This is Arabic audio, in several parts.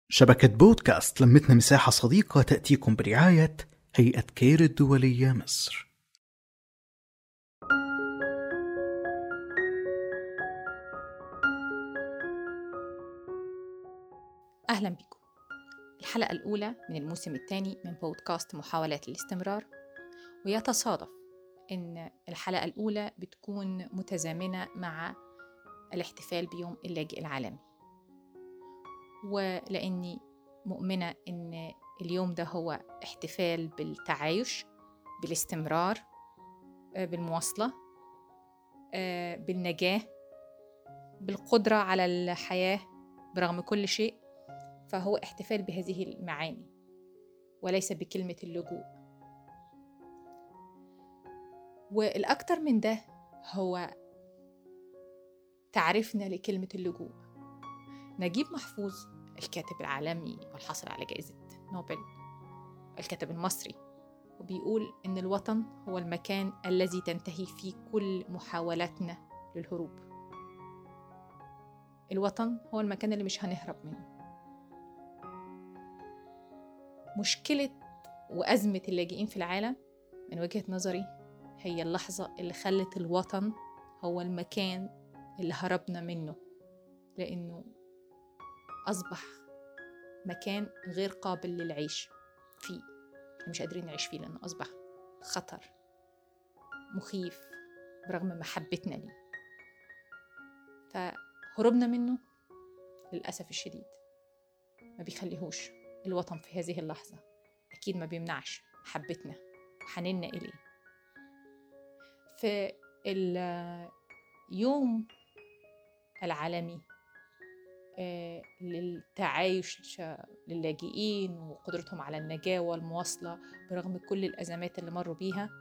شبكة بودكاست لمتنا مساحة صديقة تأتيكم برعاية هيئة كير الدولية مصر. أهلا بكم. الحلقة الأولى من الموسم الثاني من بودكاست محاولات الاستمرار، ويتصادف إن الحلقة الأولى بتكون متزامنة مع الاحتفال بيوم اللاجئ العالمي، ولأني مؤمنة إن اليوم ده هو احتفال بالتعايش، بالاستمرار، بالمواصلة، بالنجاة، بالقدرة على الحياة برغم كل شيء، فهو احتفال بهذه المعاني وليس بكلمة اللجوء. والأكثر من ده هو تعريفنا لكلمة اللجوء. نجيب محفوظ الكاتب العالمي والحاصل على جائزة نوبل، الكاتب المصري، وبيقول إن الوطن هو المكان الذي تنتهي فيه كل محاولاتنا للهروب. الوطن هو المكان اللي مش هنهرب منه. مشكلة وأزمة اللاجئين في العالم من وجهة نظري هي اللحظة اللي خلت الوطن هو المكان اللي هربنا منه، لأنه أصبح مكان غير قابل للعيش فيه. مش قادرين نعيش فيه لأنه أصبح خطر مخيف برغم محبتنا ليه، فهربنا منه للأسف الشديد ما بيخليهوش الوطن في هذه اللحظة، أكيد ما بيمنعش محبتنا وحنيننا إليه. في اليوم العالمي للتعايش للاجئين وقدرتهم على النجاة والمواصلة برغم كل الأزمات اللي مروا بيها،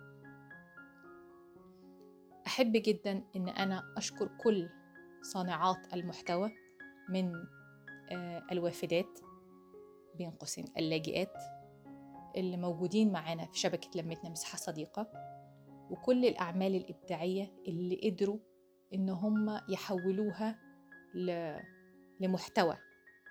أحب جدا أن أنا أشكر كل صانعات المحتوى من الوافدات بين قوسين اللاجئات اللي موجودين معانا في شبكة لمتنا مساحة صديقة، وكل الأعمال الإبداعية اللي قدروا إن هم يحولوها لمحتوى.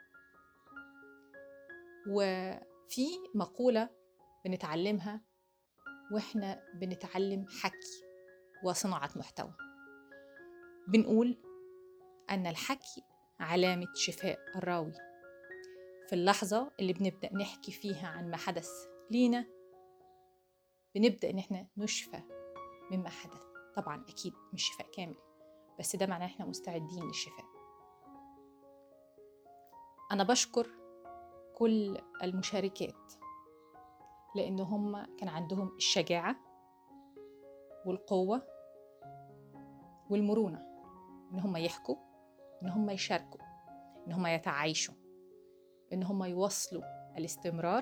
وفي مقولة بنتعلمها وإحنا بنتعلم حكي وصناعة محتوى، بنقول أن الحكي علامة شفاء الراوي. في اللحظة اللي بنبدأ نحكي فيها عن ما حدث لينا بنبدأ إن إحنا نشفى مما حدث. طبعا أكيد مش شفاء كامل، بس ده معناه إحنا مستعدين للشفاء. أنا بشكر كل المشاركات لأن هم كان عندهم الشجاعة والقوة والمرونة إن هم يحكوا، إن هم يشاركوا، إن هم يتعايشوا، إن هم يواصلوا الاستمرار،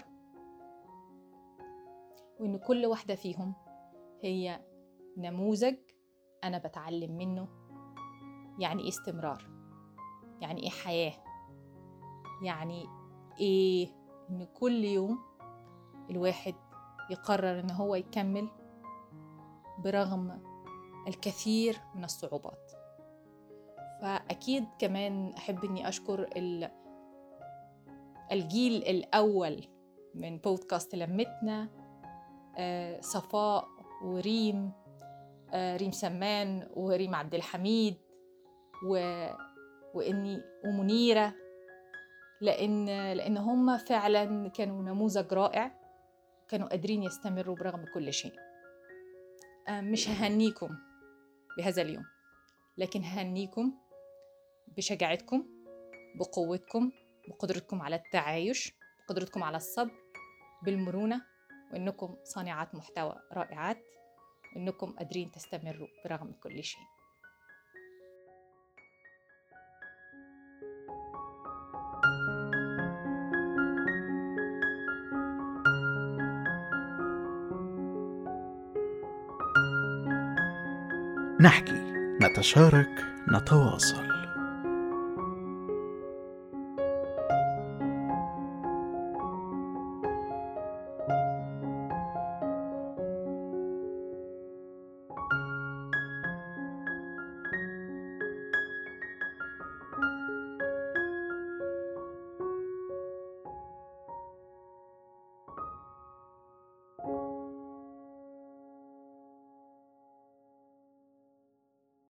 وإن كل واحدة فيهم هي نموذج أنا بتعلم منه يعني إيه استمرار، يعني إيه حياة، يعني إيه إن كل يوم الواحد يقرر إن هو يكمل برغم الكثير من الصعوبات. فأكيد كمان أحب إني أشكر الجيل الأول من بودكاست لمتنا، صفاء وريم، ريم سمان وريم عبد الحميد ومنيرة، لأن هم فعلا كانوا نموذج رائع، كانوا قادرين يستمروا برغم كل شيء. مش ههنيكم بهذا اليوم، لكن ههنيكم بشجاعتكم، بقوتكم، بقدرتكم على التعايش، بقدرتكم على الصبر، بالمرونة، وإنكم صانعات محتوى رائعات، وإنكم قادرين تستمروا برغم كل شيء. نحكي، نتشارك، نتواصل.